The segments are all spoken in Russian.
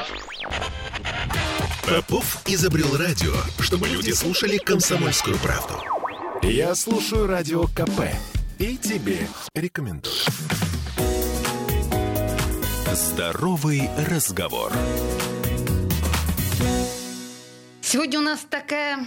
Попов изобрел радио, чтобы люди слушали «Комсомольскую правду». Я слушаю Радио КП и тебе рекомендую. Здоровый разговор. Сегодня у нас такая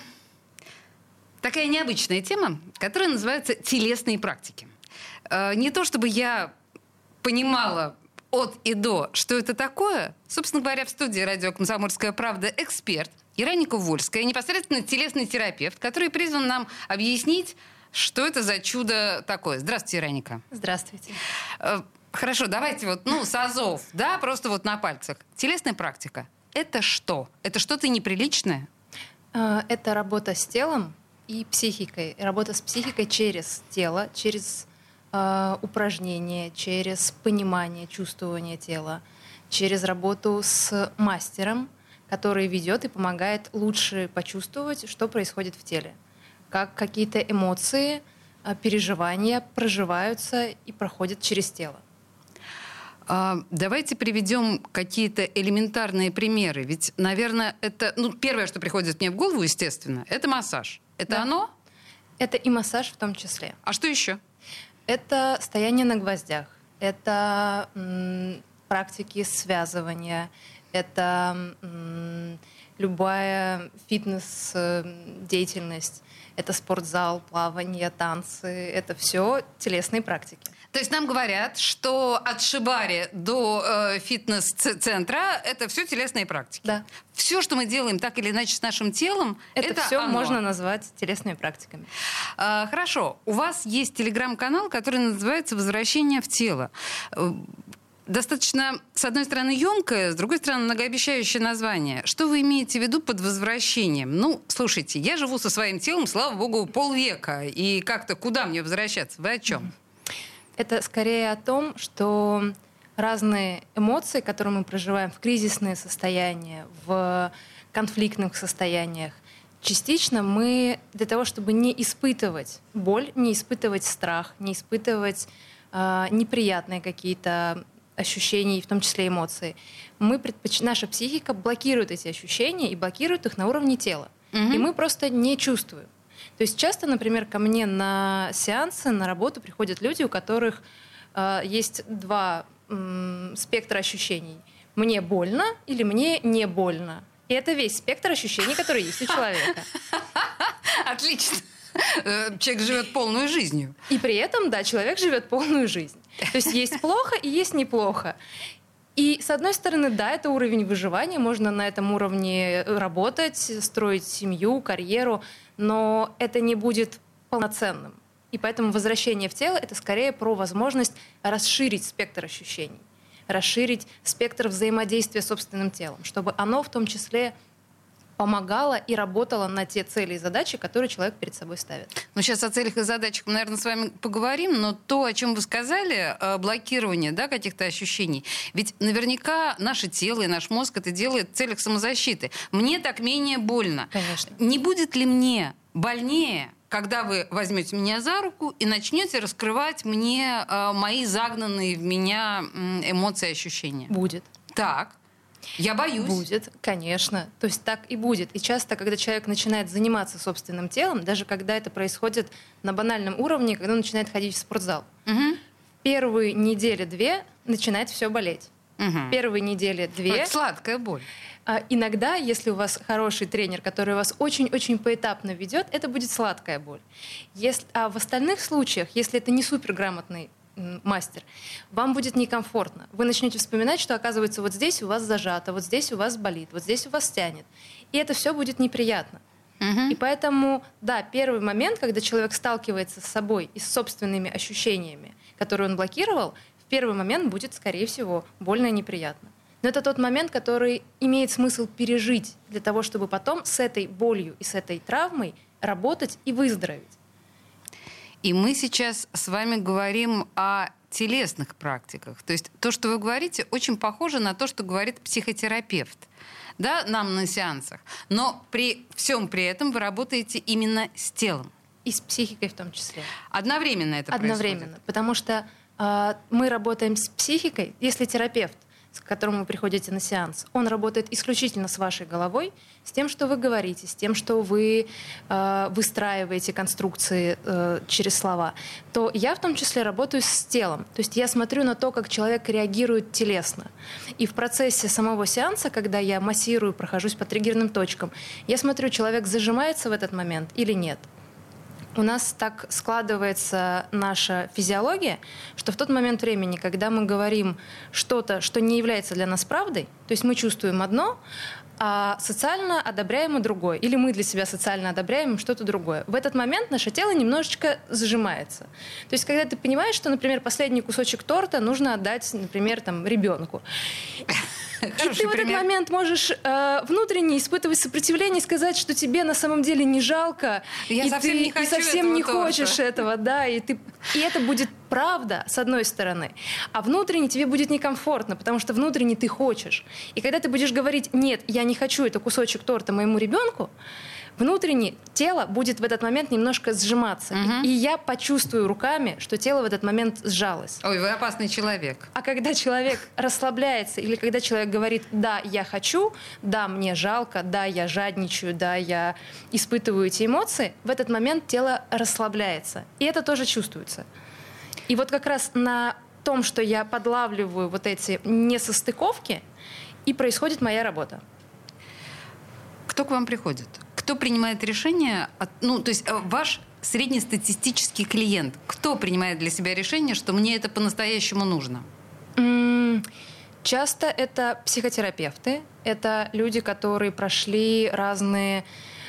необычная тема, которая называется «телесные практики». Не то чтобы я понимала от и до, что это такое. Собственно говоря, в студии радио «Комсомольская правда» эксперт Ираника Вольская, непосредственно телесный терапевт, который призван нам объяснить, что это за чудо такое. Здравствуйте, Ираника. Здравствуйте. Хорошо, давайте с азов, просто на пальцах. Телесная практика – это что? Это что-то неприличное? Это работа с телом и психикой. Работа с психикой через тело, через упражнения, через понимание, чувствование тела, через работу с мастером, который ведет и помогает лучше почувствовать, что происходит в теле, как какие-то эмоции, переживания проживаются и проходят через тело. Давайте приведем какие-то элементарные примеры. Ведь, наверное, это первое, что приходит мне в голову, естественно, это массаж. Это да. Оно? Это и массаж в том числе. А что еще? Это стояние на гвоздях, это практики связывания, это любая фитнес-деятельность, это спортзал, плавание, танцы, это все телесные практики. То есть нам говорят, что от шибари до фитнес-центра это все телесные практики. Да. Все, что мы делаем так или иначе с нашим телом, это все оно. можно назвать телесными практиками. Хорошо. У вас есть телеграм-канал, который называется «Возвращение в тело». Достаточно, с одной стороны, емкое, с другой стороны, многообещающее название. Что вы имеете в виду под возвращением? Слушайте, я живу со своим телом, слава богу, полвека. И как-то куда мне возвращаться? Вы о чем? Это скорее о том, что разные эмоции, которые мы проживаем в кризисные состояния, в конфликтных состояниях, частично мы для того, чтобы не испытывать боль, не испытывать страх, не испытывать неприятные какие-то ощущения, в том числе эмоции, наша психика блокирует эти ощущения и блокирует их на уровне тела. И мы просто не чувствуем. То есть часто, например, ко мне на сеансы, на работу приходят люди, у которых есть два спектра ощущений. Мне больно или мне не больно. И это весь спектр ощущений, который есть у человека. Отлично. Человек живет полную жизнью. И при этом, да, человек живет полную жизнь. То есть есть плохо и есть неплохо. И, с одной стороны, да, это уровень выживания, можно на этом уровне работать, строить семью, карьеру, но это не будет полноценным. И поэтому возвращение в тело — это скорее про возможность расширить спектр ощущений, расширить спектр взаимодействия с собственным телом, чтобы оно в том числе помогало и работало на те цели и задачи, которые человек перед собой ставит. Сейчас о целях и задачах мы, наверное, с вами поговорим, но то, о чем вы сказали, блокирование каких-то ощущений, ведь наверняка наше тело и наш мозг это делает в целях самозащиты. Мне так менее больно. Конечно. Не будет ли мне больнее, когда вы возьмете меня за руку и начнете раскрывать мне мои загнанные в меня эмоции и ощущения? Будет. Так. Я боюсь. Будет, конечно. То есть так и будет. И часто, когда человек начинает заниматься собственным телом, даже когда это происходит на банальном уровне, когда он начинает ходить в спортзал, первые недели-две начинает все болеть. Первые недели-две... Это сладкая боль. Иногда, если у вас хороший тренер, который вас очень-очень поэтапно ведет, это будет сладкая боль. А в остальных случаях, если это не суперграмотный мастер, вам будет некомфортно. Вы начнете вспоминать, что, оказывается, вот здесь у вас зажато, вот здесь у вас болит, вот здесь у вас тянет. И это все будет неприятно. И поэтому, да, первый момент, когда человек сталкивается с собой и с собственными ощущениями, которые он блокировал, в первый момент будет, скорее всего, больно и неприятно. Но это тот момент, который имеет смысл пережить для того, чтобы потом с этой болью и с этой травмой работать и выздороветь. И мы сейчас с вами говорим о телесных практиках. То есть то, что вы говорите, очень похоже на то, что говорит психотерапевт, да, нам на сеансах. Но при всем при этом вы работаете именно с телом. И с психикой в том числе. Одновременно это происходит? Одновременно. Потому что мы работаем с психикой. Если терапевт с которым вы приходите на сеанс, он работает исключительно с вашей головой, с тем, что вы говорите, с тем, что вы выстраиваете конструкции через слова, то я в том числе работаю с телом. То есть я смотрю на то, как человек реагирует телесно. И в процессе самого сеанса, когда я массирую, прохожусь по триггерным точкам, я смотрю, человек зажимается в этот момент или нет. У нас так складывается наша физиология, что в тот момент времени, когда мы говорим что-то, что не является для нас правдой, то есть мы чувствуем одно, а социально одобряемо другое. Или мы для себя социально одобряем что-то другое. В этот момент наше тело немножечко сжимается. То есть когда ты понимаешь, что, например, последний кусочек торта нужно отдать, например, ребенку. И ты в этот момент можешь внутренне испытывать сопротивление и сказать, что тебе на самом деле не жалко, и ты совсем не хочешь этого, да, и это будет правда, с одной стороны, а внутренне тебе будет некомфортно, потому что внутренне ты хочешь. И когда ты будешь говорить: нет, я не хочу это кусочек торта моему ребенку, внутренне тело будет в этот момент немножко сжиматься. И я почувствую руками, что тело в этот момент сжалось. Ой, вы опасный человек. А когда человек расслабляется, или когда человек говорит: да, я хочу, да, мне жалко, да, я жадничаю, да, я испытываю эти эмоции, в этот момент тело расслабляется. И это тоже чувствуется. И вот как раз на том, что я подлавливаю вот эти несостыковки, и происходит моя работа. Кто к вам приходит? Кто принимает решение? То есть ваш среднестатистический клиент, кто принимает для себя решение, что мне это по-настоящему нужно? Часто это психотерапевты, это люди, которые прошли разные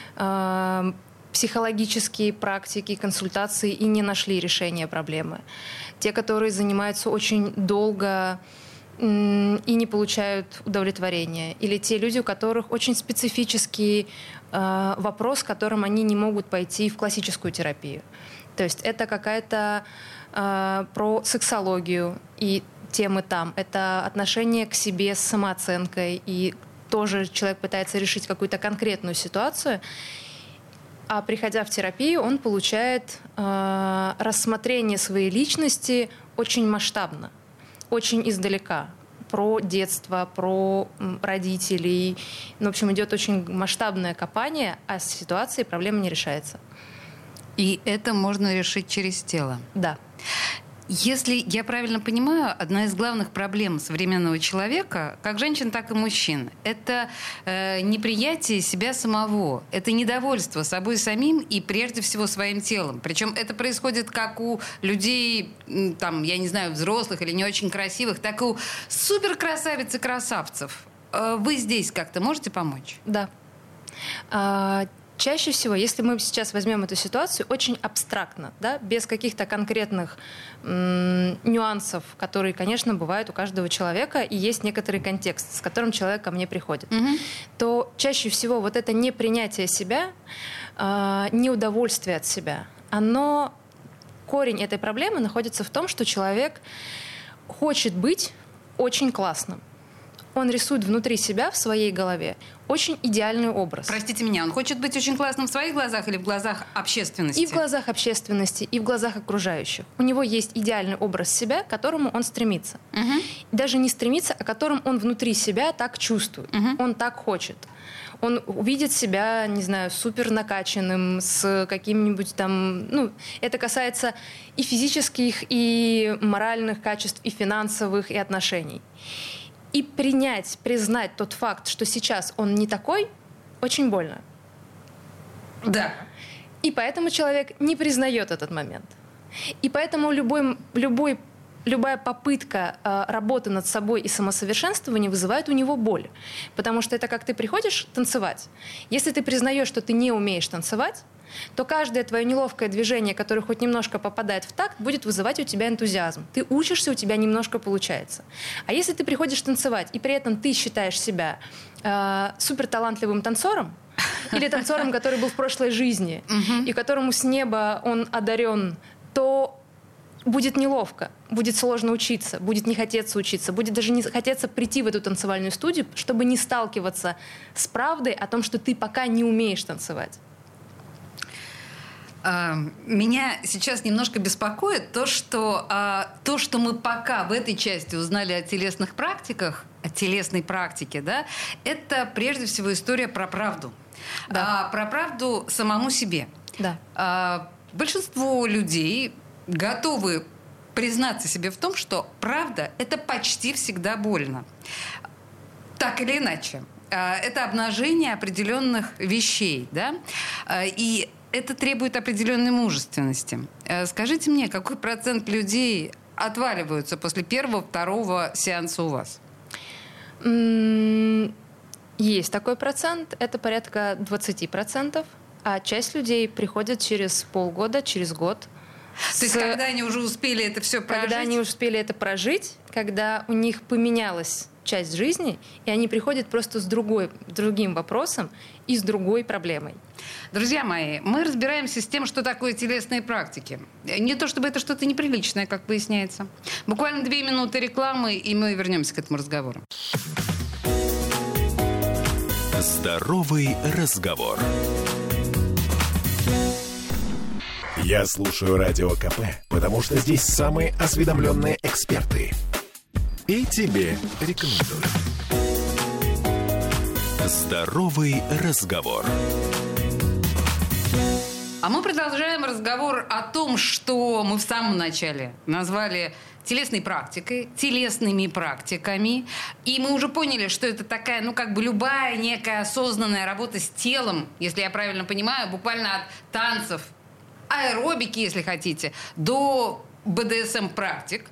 психологические практики, консультации и не нашли решения проблемы. Те, которые занимаются очень долго и не получают удовлетворения. Или те люди, у которых очень специфический вопрос, которым они не могут пойти в классическую терапию. То есть это какая-то про сексологию и темы там. Это отношение к себе с самооценкой. И тоже человек пытается решить какую-то конкретную ситуацию. А приходя в терапию, он получает рассмотрение своей личности очень масштабно, очень издалека. Про детство, про родителей. В общем, идет очень масштабное копание, а с ситуацией проблема не решается. И это можно решить через тело? Да. Если я правильно понимаю, одна из главных проблем современного человека, как женщин, так и мужчин, это неприятие себя самого, это недовольство собой самим и прежде всего своим телом. Причем это происходит как у людей, я не знаю, взрослых или не очень красивых, так и у суперкрасавиц и красавцев. Вы здесь как-то можете помочь? Да. Чаще всего, если мы сейчас возьмем эту ситуацию, очень абстрактно, да, без каких-то конкретных нюансов, которые, конечно, бывают у каждого человека, и есть некоторый контекст, с которым человек ко мне приходит, то чаще всего вот это непринятие себя, неудовольствие от себя, корень этой проблемы находится в том, что человек хочет быть очень классным. Он рисует внутри себя, в своей голове, очень идеальный образ. Простите меня, он хочет быть очень классным в своих глазах или в глазах общественности? И в глазах общественности, и в глазах окружающих. У него есть идеальный образ себя, к которому он стремится. Даже не стремится, а которым он внутри себя так чувствует. Он так хочет. Он увидит себя, не знаю, супер накачанным, с каким-нибудь это касается и физических, и моральных качеств, и финансовых, и отношений. И признать тот факт, что сейчас он не такой, очень больно. Да. И поэтому человек не признает этот момент. И поэтому любая попытка работы над собой и самосовершенствования вызывает у него боль. Потому что это как ты приходишь танцевать. Если ты признаешь, что ты не умеешь танцевать, то каждое твое неловкое движение, которое хоть немножко попадает в такт, будет вызывать у тебя энтузиазм. Ты учишься, у тебя немножко получается. А если ты приходишь танцевать, и при этом ты считаешь себя суперталантливым танцором, или танцором, который был в прошлой жизни, и которому с неба он одарен, то будет неловко, будет сложно учиться, будет не хотеться учиться, будет даже не хотеться прийти в эту танцевальную студию, чтобы не сталкиваться с правдой о том, что ты пока не умеешь танцевать. Меня сейчас немножко беспокоит то, что мы пока в этой части узнали о телесных практиках, о телесной практике, да, это прежде всего история про правду. Да. Про правду самому себе. Да. Большинство людей готовы признаться себе в том, что правда – это почти всегда больно. Так или иначе. Это обнажение определенных вещей, да, и это требует определенной мужественности. Скажите мне, какой процент людей отваливаются после первого-второго сеанса у вас? Есть такой процент. Это порядка 20%. А часть людей приходит через полгода, через год. То есть когда они уже успели это все прожить? Когда они успели это прожить, когда у них поменялась часть жизни, и они приходят просто с другим вопросом и с другой проблемой. Друзья мои, мы разбираемся с тем, что такое телесные практики. Не то чтобы это что-то неприличное, как выясняется. Буквально 2 минуты рекламы, и мы вернемся к этому разговору. Здоровый разговор. Я слушаю Радио КП, потому что здесь самые осведомленные эксперты. И тебе рекомендую. Здоровый разговор. А мы продолжаем разговор о том, что мы в самом начале назвали телесной практикой, телесными практиками. И мы уже поняли, что это такая, любая некая осознанная работа с телом, если я правильно понимаю, буквально от танцев, аэробики, если хотите, до БДСМ-практик.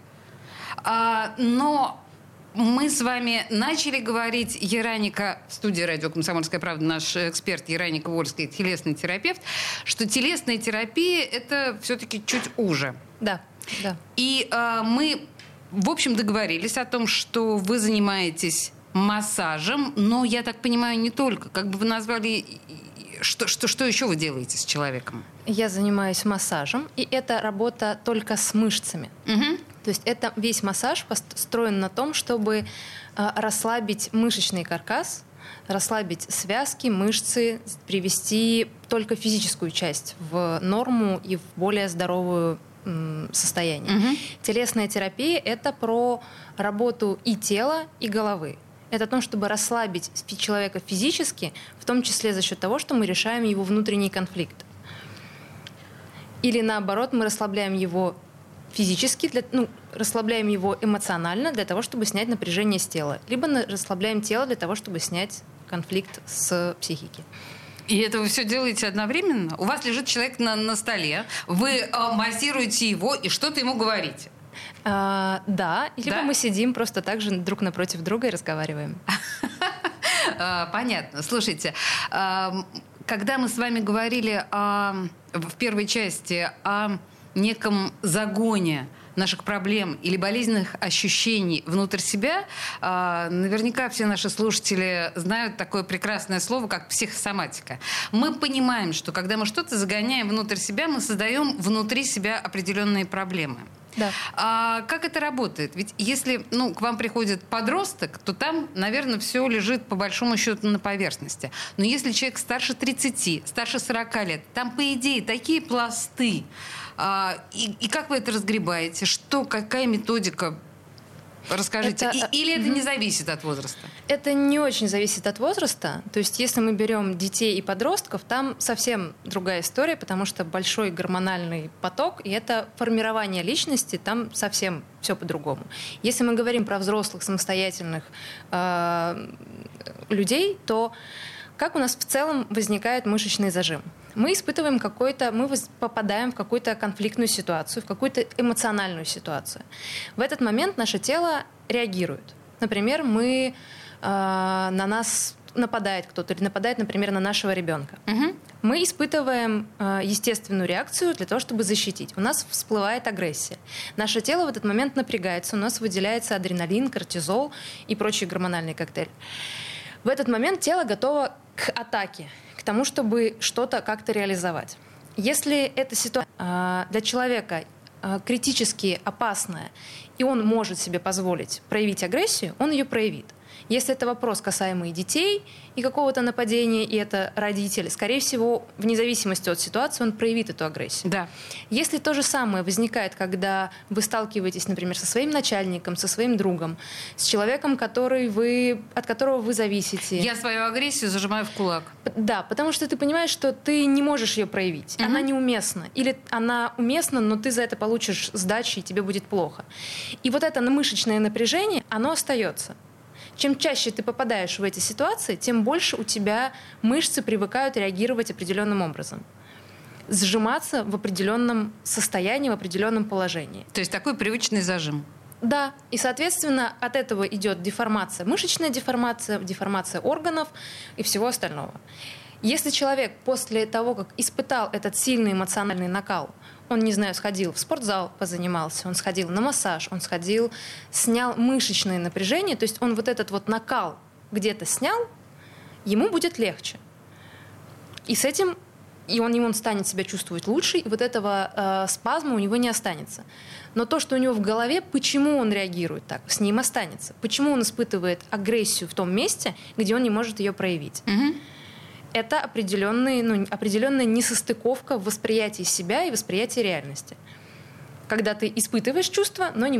Но мы с вами начали говорить, Ераника, в студии радио «Комсомольская правда», наш эксперт Ераника Вольская, телесный терапевт, что телесная терапия – это все-таки чуть уже. Да, да. И мы, в общем, договорились о том, что вы занимаетесь массажем, но, я так понимаю, не только. Как бы вы назвали, что еще вы делаете с человеком? Я занимаюсь массажем, и это работа только с мышцами. Угу. То есть это весь массаж построен на том, чтобы расслабить мышечный каркас, расслабить связки, мышцы, привести только физическую часть в норму и в более здоровое состояние. Угу. Телесная терапия – это про работу и тела, и головы. Это о том, чтобы расслабить человека физически, в том числе за счет того, что мы решаем его внутренний конфликт. Или наоборот, мы расслабляем его физически, расслабляем его эмоционально для того, чтобы снять напряжение с тела. Либо расслабляем тело для того, чтобы снять конфликт с психики. И это вы все делаете одновременно? У вас лежит человек на столе, вы массируете его и что-то ему говорите? Да, либо да? Мы сидим просто так же друг напротив друга и разговариваем. Понятно. Слушайте, когда мы с вами говорили в первой части о неком загоне наших проблем или болезненных ощущений внутрь себя, наверняка все наши слушатели знают такое прекрасное слово, как психосоматика. Мы понимаем, что когда мы что-то загоняем внутрь себя, мы создаем внутри себя определенные проблемы. Да. А как это работает? Ведь если к вам приходит подросток, то там, наверное, все лежит по большому счету на поверхности. Но если человек старше 30, старше 40 лет, там, по идее, такие пласты. И как вы это разгребаете? Какая методика? Расскажите. Или это не зависит от возраста? Это не очень зависит от возраста. То есть если мы берем детей и подростков, там совсем другая история, потому что большой гормональный поток, и это формирование личности, там совсем все по-другому. Если мы говорим про взрослых, самостоятельных людей, то как у нас в целом возникает мышечный зажим? Мы попадаем в какую-то конфликтную ситуацию, в какую-то эмоциональную ситуацию. В этот момент наше тело реагирует. Например, на нас нападает кто-то, или нападает, например, на нашего ребенка. Угу. Мы испытываем естественную реакцию для того, чтобы защитить. У нас всплывает агрессия. Наше тело в этот момент напрягается, у нас выделяется адреналин, кортизол и прочий гормональный коктейль. В этот момент тело готово к атаке, к тому, чтобы что-то как-то реализовать. Если эта ситуация для человека критически опасная, и он может себе позволить проявить агрессию, он ее проявит. Если это вопрос, касаемый детей и какого-то нападения, и это родитель, скорее всего, вне зависимости от ситуации, он проявит эту агрессию. Да. Если то же самое возникает, когда вы сталкиваетесь, например, со своим начальником, со своим другом, с человеком, от которого вы зависите. Я свою агрессию зажимаю в кулак. Да, потому что ты понимаешь, что ты не можешь ее проявить. Она неуместна. Или она уместна, но ты за это получишь сдачи, и тебе будет плохо. И вот это мышечное напряжение, оно остается. Чем чаще ты попадаешь в эти ситуации, тем больше у тебя мышцы привыкают реагировать определенным образом. Сжиматься в определенном состоянии, в определенном положении. То есть такой привычный зажим. Да, и, соответственно, от этого идет деформация, мышечная деформация, деформация органов и всего остального. Если человек после того, как испытал этот сильный эмоциональный накал, он, не знаю, сходил в спортзал, позанимался, он сходил на массаж, он сходил, снял мышечное напряжение, то есть он вот этот вот накал где-то снял, ему будет легче. И с этим он станет себя чувствовать лучше, и вот этого спазма у него не останется. Но то, что у него в голове, почему он реагирует так, с ним останется. Почему он испытывает агрессию в том месте, где он не может ее проявить. Это определенная несостыковка в восприятии себя и восприятии реальности. Когда ты испытываешь чувство, но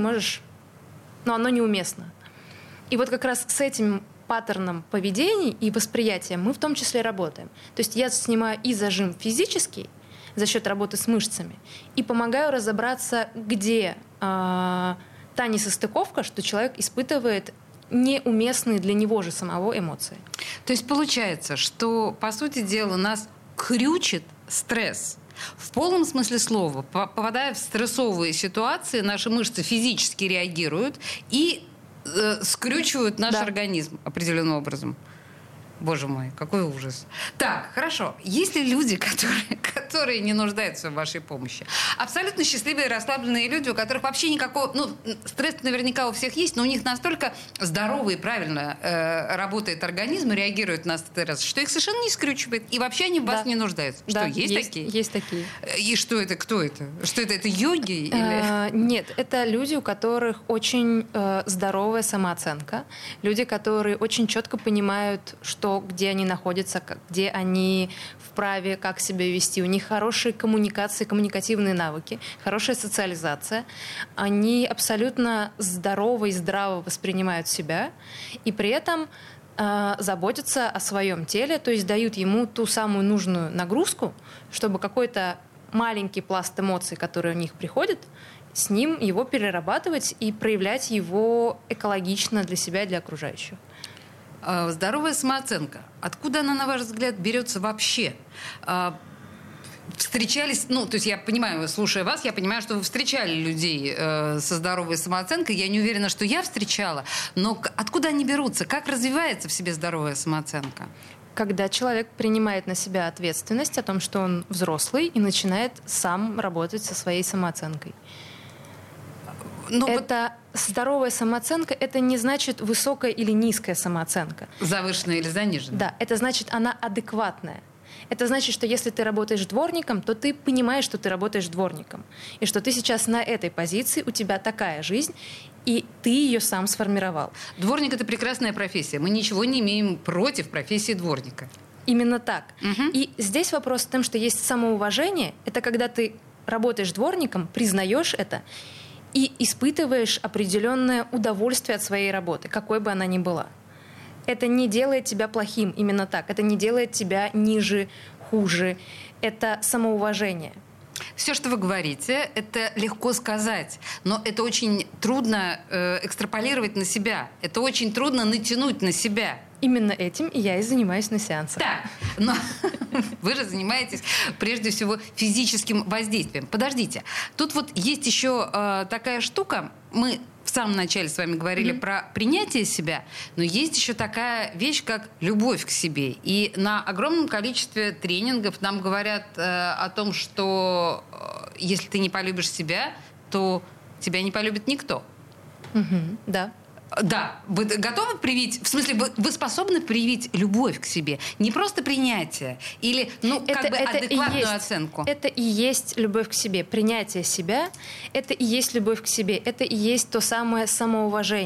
оно неуместно. И вот как раз с этим паттерном поведений и восприятия мы в том числе работаем. То есть я снимаю и зажим физический за счет работы с мышцами и помогаю разобраться, где та несостыковка, что человек испытывает неуместные для него же самого эмоции. То есть получается, что, по сути дела, нас крючит стресс. В полном смысле слова. Попадая в стрессовые ситуации, наши мышцы физически реагируют и скрючивают наш организм определенным образом. Боже мой, какой ужас. Так, хорошо. Есть ли люди, которые не нуждаются в вашей помощи? Абсолютно счастливые, расслабленные люди, у которых вообще никакого... стресс наверняка у всех есть, но у них настолько здоровый и правильно работает организм и реагирует на стресс, что их совершенно не скрючивает. И вообще они в вас не нуждаются. Что, есть такие? Есть такие. И что это? Кто это? Что это? Это йоги? Или... Нет, это люди, у которых очень здоровая самооценка. Люди, которые очень четко понимают, где они находятся, где они вправе, как себя вести. У них хорошие коммуникации, коммуникативные навыки, хорошая социализация. Они абсолютно здорово и здраво воспринимают себя и при этом заботятся о своем теле, то есть дают ему ту самую нужную нагрузку, чтобы какой-то маленький пласт эмоций, который у них приходит, с ним его перерабатывать и проявлять его экологично для себя и для окружающих. Здоровая самооценка. Откуда она, на ваш взгляд, берется вообще? Встречались, то есть я понимаю, слушая вас, я понимаю, что вы встречали людей со здоровой самооценкой. Я не уверена, что я встречала. Но откуда они берутся? Как развивается в себе здоровая самооценка? Когда человек принимает на себя ответственность о том, что он взрослый, и начинает сам работать со своей самооценкой. Здоровая самооценка — это не значит высокая или низкая самооценка. Завышенная или заниженная. Да, это значит, она адекватная. Это значит, что если ты работаешь дворником, то ты понимаешь, что ты работаешь дворником. И что ты сейчас на этой позиции, у тебя такая жизнь, и ты ее сам сформировал. Дворник — это прекрасная профессия. Мы ничего не имеем против профессии дворника. Именно так. И здесь вопрос в том, что есть самоуважение. Это когда ты работаешь дворником, признаешь это, и испытываешь определенное удовольствие от своей работы, какой бы она ни была. Это не делает тебя плохим, именно так. Это не делает тебя ниже, хуже. Это самоуважение. Все, что вы говорите, это легко сказать, но это очень трудно экстраполировать на себя. Это очень трудно натянуть на себя. Именно этим я и занимаюсь на сеансах. Да, но вы же занимаетесь прежде всего физическим воздействием. Подождите, тут вот есть еще такая штука. Мы в самом начале с вами говорили про принятие себя, но есть еще такая вещь, как любовь к себе. И на огромном количестве тренингов нам говорят о том, что если ты не полюбишь себя, то тебя не полюбит никто. Да. Да, вы готовы привить, в смысле, вы способны привить любовь к себе, не просто принятие или, адекватную оценку. Это и есть любовь к себе. Принятие себя — это и есть любовь к себе. Это и есть то самое самоуважение.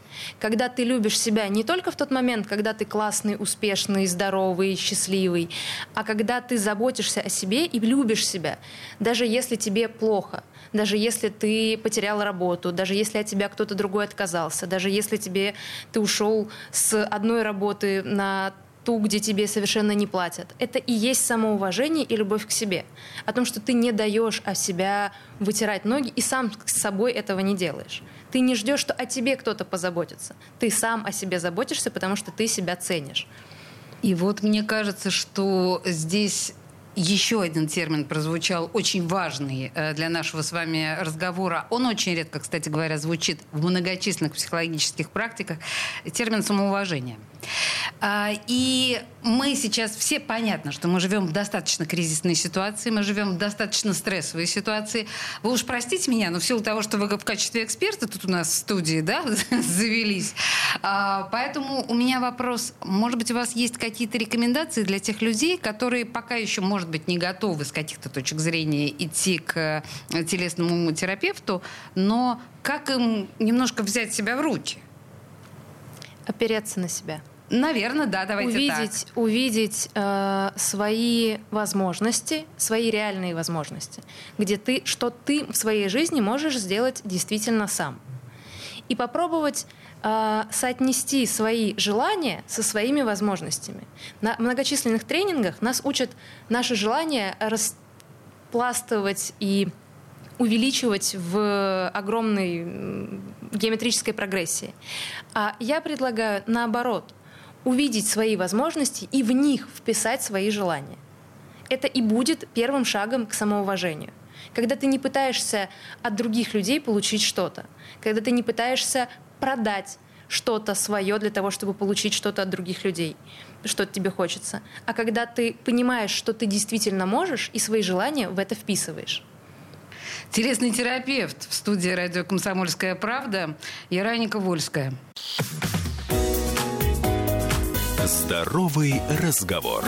Когда ты любишь себя не только в тот момент, когда ты классный, успешный, здоровый, счастливый, а когда ты заботишься о себе и любишь себя, даже если тебе плохо, даже если ты потерял работу, даже если от тебя кто-то другой отказался, даже если ты ушел с одной работы на ту, где тебе совершенно не платят. Это и есть самоуважение и любовь к себе. О том, что ты не даешь о себя вытирать ноги и сам с собой этого не делаешь. Ты не ждешь, что о тебе кто-то позаботится. Ты сам о себе заботишься, потому что ты себя ценишь. И вот мне кажется, что здесь еще один термин прозвучал, очень важный для нашего с вами разговора. Он очень редко, кстати говоря, звучит в многочисленных психологических практиках. Термин самоуважения. И мы сейчас все, понятно, что мы живем в достаточно кризисной ситуации, мы живем в достаточно стрессовой ситуации. Вы уж простите меня, но в силу того, что вы в качестве эксперта тут у нас в студии, да, завелись. Поэтому у меня вопрос. Может быть, у вас есть какие-то рекомендации для тех людей, которые пока еще, может быть, не готовы с каких-то точек зрения идти к телесному терапевту, но как им немножко взять себя в руки? Опереться на себя. Наверное, да, давайте так. Увидеть свои возможности, свои реальные возможности, что ты в своей жизни можешь сделать действительно сам. И попробовать соотнести свои желания со своими возможностями. На многочисленных тренингах нас учат наши желания распластывать и увеличивать в огромной геометрической прогрессии. А я предлагаю, наоборот, увидеть свои возможности и в них вписать свои желания. Это и будет первым шагом к самоуважению. Когда ты не пытаешься от других людей получить что-то, когда ты не пытаешься продать что-то свое для того, чтобы получить что-то от других людей, что тебе хочется, а когда ты понимаешь, что ты действительно можешь, и свои желания в это вписываешь. Телесный терапевт в студии радио «Комсомольская правда» Яраника Вольская. Здоровый разговор.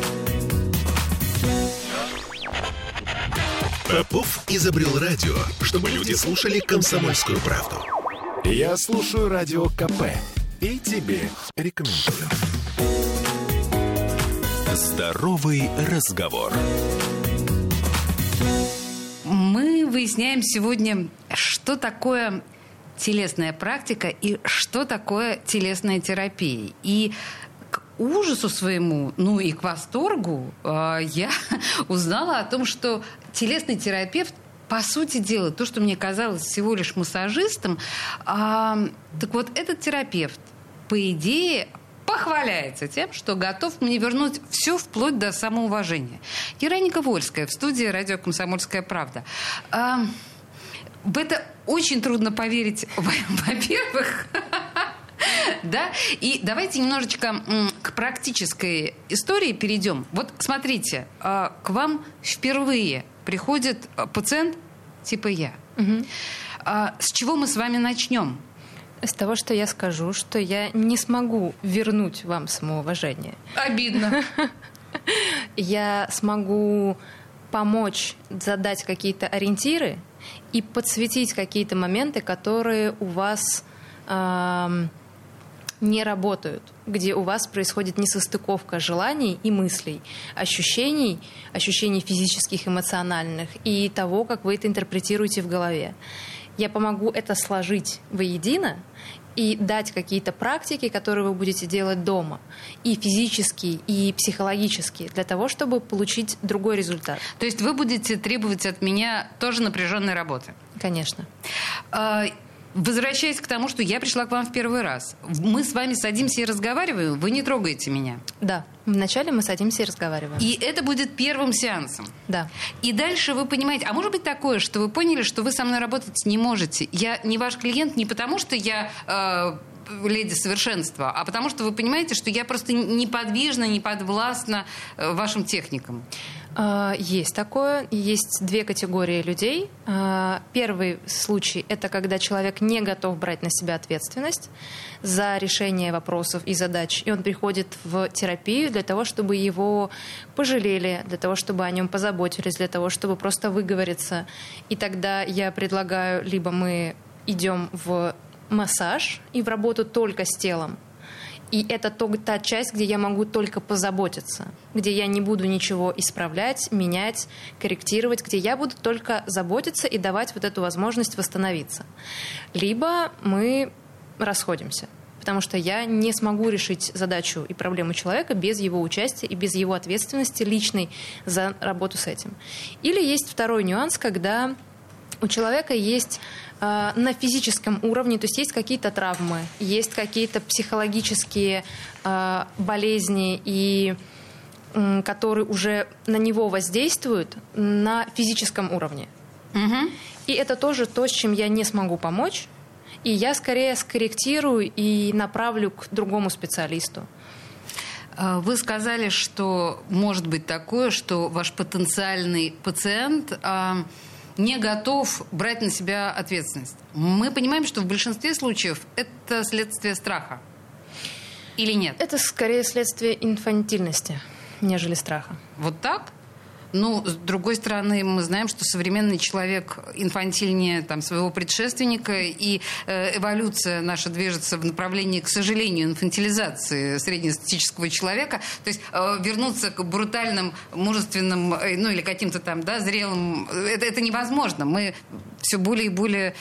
Попов изобрел радио, чтобы люди слушали «Комсомольскую правду». Я слушаю радио КП и тебе рекомендую. Здоровый разговор. Мы выясняем сегодня, что такое телесная практика и что такое телесная терапия. И к ужасу своему, ну и к восторгу, я узнала о том, что телесный терапевт, по сути дела, то, что мне казалось всего лишь массажистом, так вот этот терапевт, по идее, похваляется тем, что готов мне вернуть все вплоть до самоуважения. Яраника Вольская в студии радио «Комсомольская правда». В это очень трудно поверить, во-первых. Да? И давайте немножечко к практической истории перейдем. Вот смотрите, к вам впервые приходит пациент типа я. Угу. С чего мы с вами начнем? С того, что я скажу, что я не смогу вернуть вам самоуважение. Обидно. Я смогу помочь задать какие-то ориентиры и подсветить какие-то моменты, которые у вас не работают, где у вас происходит несостыковка желаний и мыслей, ощущений физических, эмоциональных и того, как вы это интерпретируете в голове. Я помогу это сложить воедино и дать какие-то практики, которые вы будете делать дома, и физические, и психологические, для того, чтобы получить другой результат. То есть вы будете требовать от меня тоже напряженной работы? Конечно. Возвращаясь к тому, что я пришла к вам в первый раз. Мы с вами садимся и разговариваем, вы не трогаете меня. Да. Вначале мы садимся и разговариваем. И это будет первым сеансом. Да. И дальше вы понимаете, а может быть такое, что вы поняли, что вы со мной работать не можете. Я не ваш клиент не потому, что я леди совершенства, а потому что вы понимаете, что я просто неподвижна, не подвластна вашим техникам. Есть такое. Есть две категории людей. Первый случай – это когда человек не готов брать на себя ответственность за решение вопросов и задач. И он приходит в терапию для того, чтобы его пожалели, для того, чтобы о нем позаботились, для того, чтобы просто выговориться. И тогда я предлагаю, либо мы идем в массаж и в работу только с телом. И это та часть, где я могу только позаботиться, где я не буду ничего исправлять, менять, корректировать, где я буду только заботиться и давать вот эту возможность восстановиться. Либо мы расходимся, потому что я не смогу решить задачу и проблему человека без его участия и без его ответственности личной за работу с этим. Или есть второй нюанс, когда у человека есть на физическом уровне, то есть есть какие-то травмы, есть какие-то психологические болезни, и, которые уже на него воздействуют на физическом уровне. Угу. И это тоже то, с чем я не смогу помочь, и я скорее скорректирую и направлю к другому специалисту. Вы сказали, что может быть такое, что ваш потенциальный пациент не готов брать на себя ответственность. Мы понимаем, что в большинстве случаев это следствие страха. Или нет? Это скорее следствие инфантильности, нежели страха. Вот так? Ну, с другой стороны, мы знаем, что современный человек инфантильнее своего предшественника, и эволюция наша движется в направлении, к сожалению, инфантилизации среднестатистического человека. То есть вернуться к брутальным, мужественным, или каким-то зрелым, это невозможно. Мы все более и более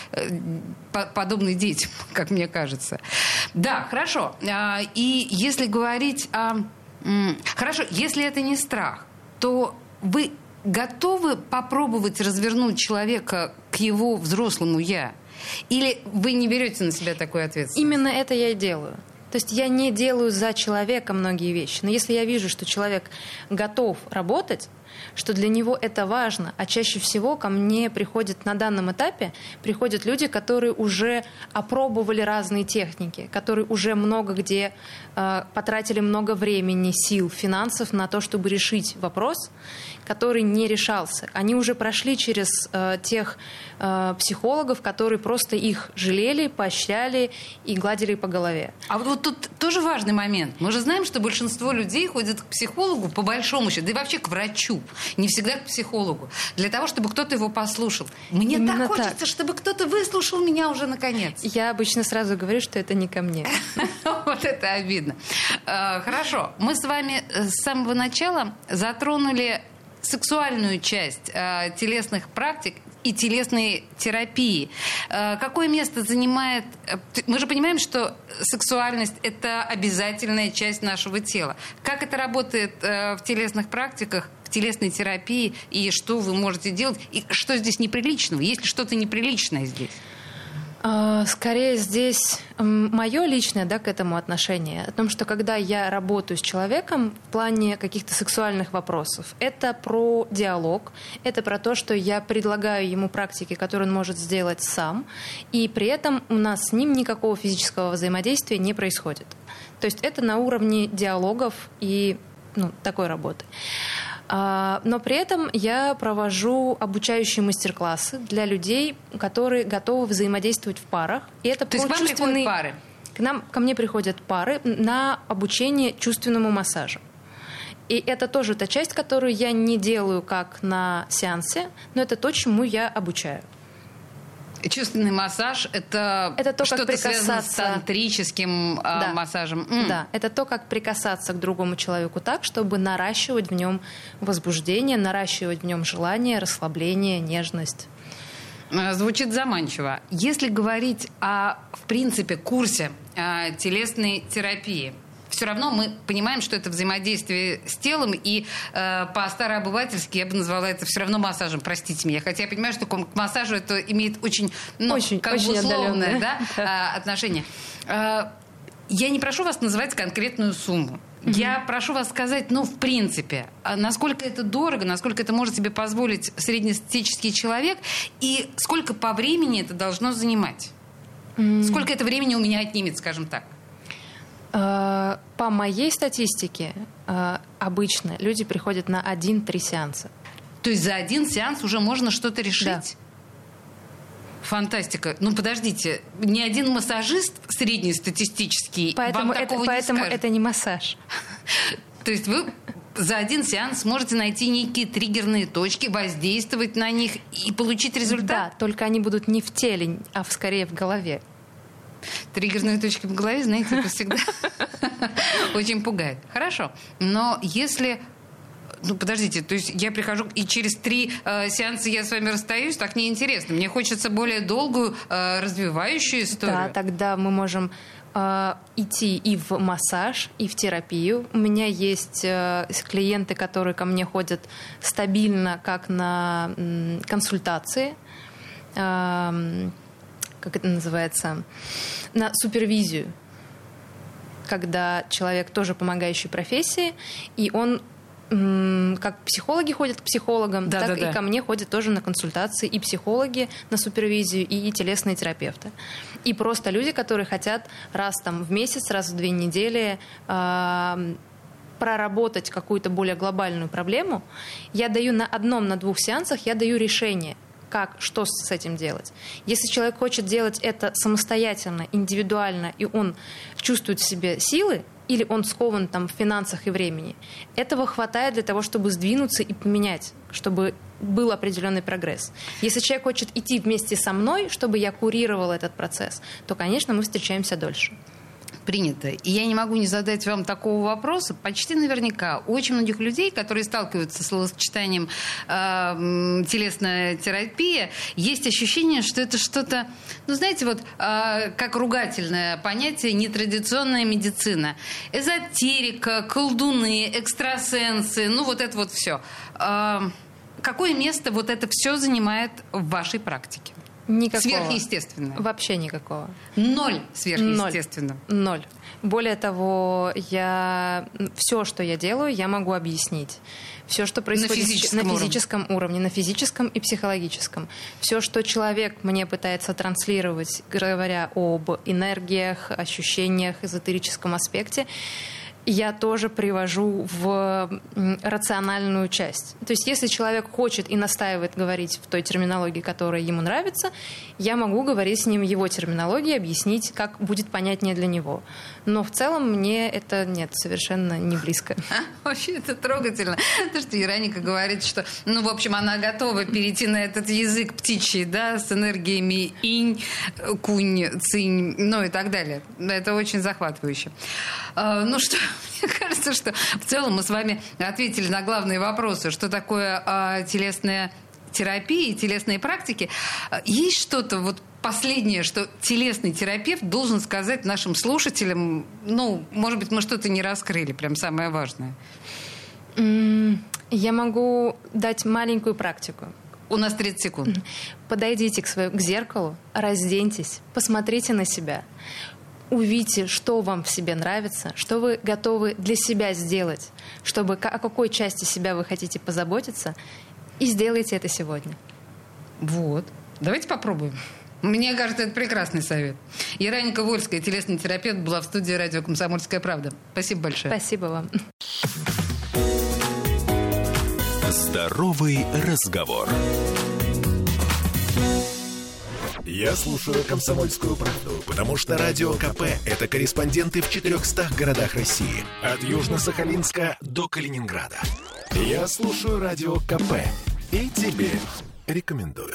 подобны детям, как мне кажется. Да, хорошо. И если говорить о... Хорошо, если это не страх, то вы готовы попробовать развернуть человека к его взрослому «я»? Или вы не берете на себя такую ответственность? Именно это я и делаю. То есть я не делаю за человека многие вещи. Но если я вижу, что человек готов работать, что для него это важно, а чаще всего ко мне приходят на данном этапе люди, которые уже опробовали разные техники, которые уже много где потратили много времени, сил, финансов на то, чтобы решить вопрос, который не решался. Они уже прошли через тех психологов, которые просто их жалели, поощряли и гладили по голове. А вот тут тоже важный момент. Мы же знаем, что большинство людей ходят к психологу по большому счету, да и вообще к врачу, не всегда к психологу, для того, чтобы кто-то его послушал. Мне Именно так хочется, чтобы кто-то выслушал меня уже наконец. Я обычно сразу говорю, что это не ко мне. Вот это обидно. Хорошо. Мы с вами с самого начала затронули сексуальную часть телесных практик и телесной терапии. Какое место занимает... Мы же понимаем, что сексуальность – это обязательная часть нашего тела. Как это работает в телесных практиках, в телесной терапии, и что вы можете делать, и что здесь неприличного? Есть ли что-то неприличное здесь? Скорее здесь мое личное, к этому отношение. О том, что когда я работаю с человеком в плане каких-то сексуальных вопросов, это про диалог, это про то, что я предлагаю ему практики, которые он может сделать сам, и при этом у нас с ним никакого физического взаимодействия не происходит. То есть это на уровне диалогов и такой работы. Но при этом я провожу обучающие мастер-классы для людей, которые готовы взаимодействовать в парах. И это то есть к вам приходят пары? Ко мне приходят пары на обучение чувственному массажу. И это тоже та часть, которую я не делаю как на сеансе, но это то, чему я обучаю. Чувственный массаж – это то, что-то связано с тантрическим массажем. Да, это то, как прикасаться к другому человеку так, чтобы наращивать в нем возбуждение, наращивать в нем желание, расслабление, нежность. Звучит заманчиво. Если говорить о, в принципе, курсе телесной терапии, все равно мы понимаем, что это взаимодействие с телом, и по-старообывательски я бы назвала это все равно массажем, простите меня. Хотя я понимаю, что к массажу это имеет очень условное отношение. Я не прошу вас называть конкретную сумму. Я прошу вас сказать, в принципе, насколько это дорого, насколько это может себе позволить среднестатистический человек, и сколько по времени это должно занимать. Сколько это времени у меня отнимет, скажем так. По моей статистике, обычно люди приходят на 1-3 сеанса. То есть за один сеанс уже можно что-то решить? Да. Фантастика. Подождите, ни один массажист среднестатистический поэтому вам такого не скажет. Это не массаж. То есть вы за один сеанс можете найти некие триггерные точки, воздействовать на них и получить результат? Да, только они будут не в теле, а скорее в голове. Триггерные точки в голове, знаете, это всегда очень пугает. Хорошо. Но если... Ну, подождите, то есть я прихожу, и через 3 сеанса я с вами расстаюсь, так неинтересно. Мне хочется более долгую, развивающую историю. Да, тогда мы можем идти и в массаж, и в терапию. У меня есть клиенты, которые ко мне ходят стабильно, как на консультации, как это называется, на супервизию, когда человек тоже помогающий профессии, и он как психологи ходят к психологам, так и ко мне ходят тоже на консультации и психологи на супервизию, и телесные терапевты. И просто люди, которые хотят раз там в месяц, раз в 2 недели проработать какую-то более глобальную проблему. Я даю на 1-2 сеансах, я даю решение, что с этим делать. Если человек хочет делать это самостоятельно, индивидуально, и он чувствует в себе силы, или он скован там в финансах и времени, этого хватает для того, чтобы сдвинуться и поменять, чтобы был определенный прогресс. Если человек хочет идти вместе со мной, чтобы я курировала этот процесс, то, конечно, мы встречаемся дольше. Принято. И я не могу не задать вам такого вопроса. Почти наверняка у очень многих людей, которые сталкиваются с словосочетанием телесная терапия, есть ощущение, что это что-то, ну, знаете, вот как ругательное понятие нетрадиционная медицина. Эзотерика, колдуны, экстрасенсы, ну, вот это вот все. Какое место вот это все занимает в вашей практике? Никакого. Сверхъестественного? Вообще никакого. 0 сверхъестественного? 0. Более того, все, что я делаю, я могу объяснить. Все, что происходит на физическом уровне, на физическом и психологическом. Все, что человек мне пытается транслировать, говоря об энергиях, ощущениях, эзотерическом аспекте, я тоже привожу в рациональную часть. То есть если человек хочет и настаивает говорить в той терминологии, которая ему нравится, я могу говорить с ним в его терминологии, объяснить, как будет понятнее для него. Но в целом мне это совершенно не близко. Вообще это трогательно. То, что Вероника говорит, что, в общем, она готова перейти на этот язык птичий, да, с энергиями инь, кунь, цинь, и так далее. Это очень захватывающе. Ну что, мне кажется, что в целом мы с вами ответили на главные вопросы, что такое телесная терапия и телесные практики. Есть что-то вот последнее, что телесный терапевт должен сказать нашим слушателям? Может быть, мы что-то не раскрыли, прям самое важное. Я могу дать маленькую практику. У нас 30 секунд. Подойдите к зеркалу, разденьтесь, посмотрите на себя. Увидите, что вам в себе нравится, что вы готовы для себя сделать, о какой части себя вы хотите позаботиться, и сделайте это сегодня. Вот. Давайте попробуем. Мне кажется, это прекрасный совет. Вероника Вольская, телесный терапевт, была в студии радио «Комсомольская правда». Спасибо большое. Спасибо вам. Здоровый разговор. Я слушаю «Комсомольскую правду», потому что Радио КП – это корреспонденты в 400 городах России. От Южно-Сахалинска до Калининграда. Я слушаю Радио КП и тебе рекомендую.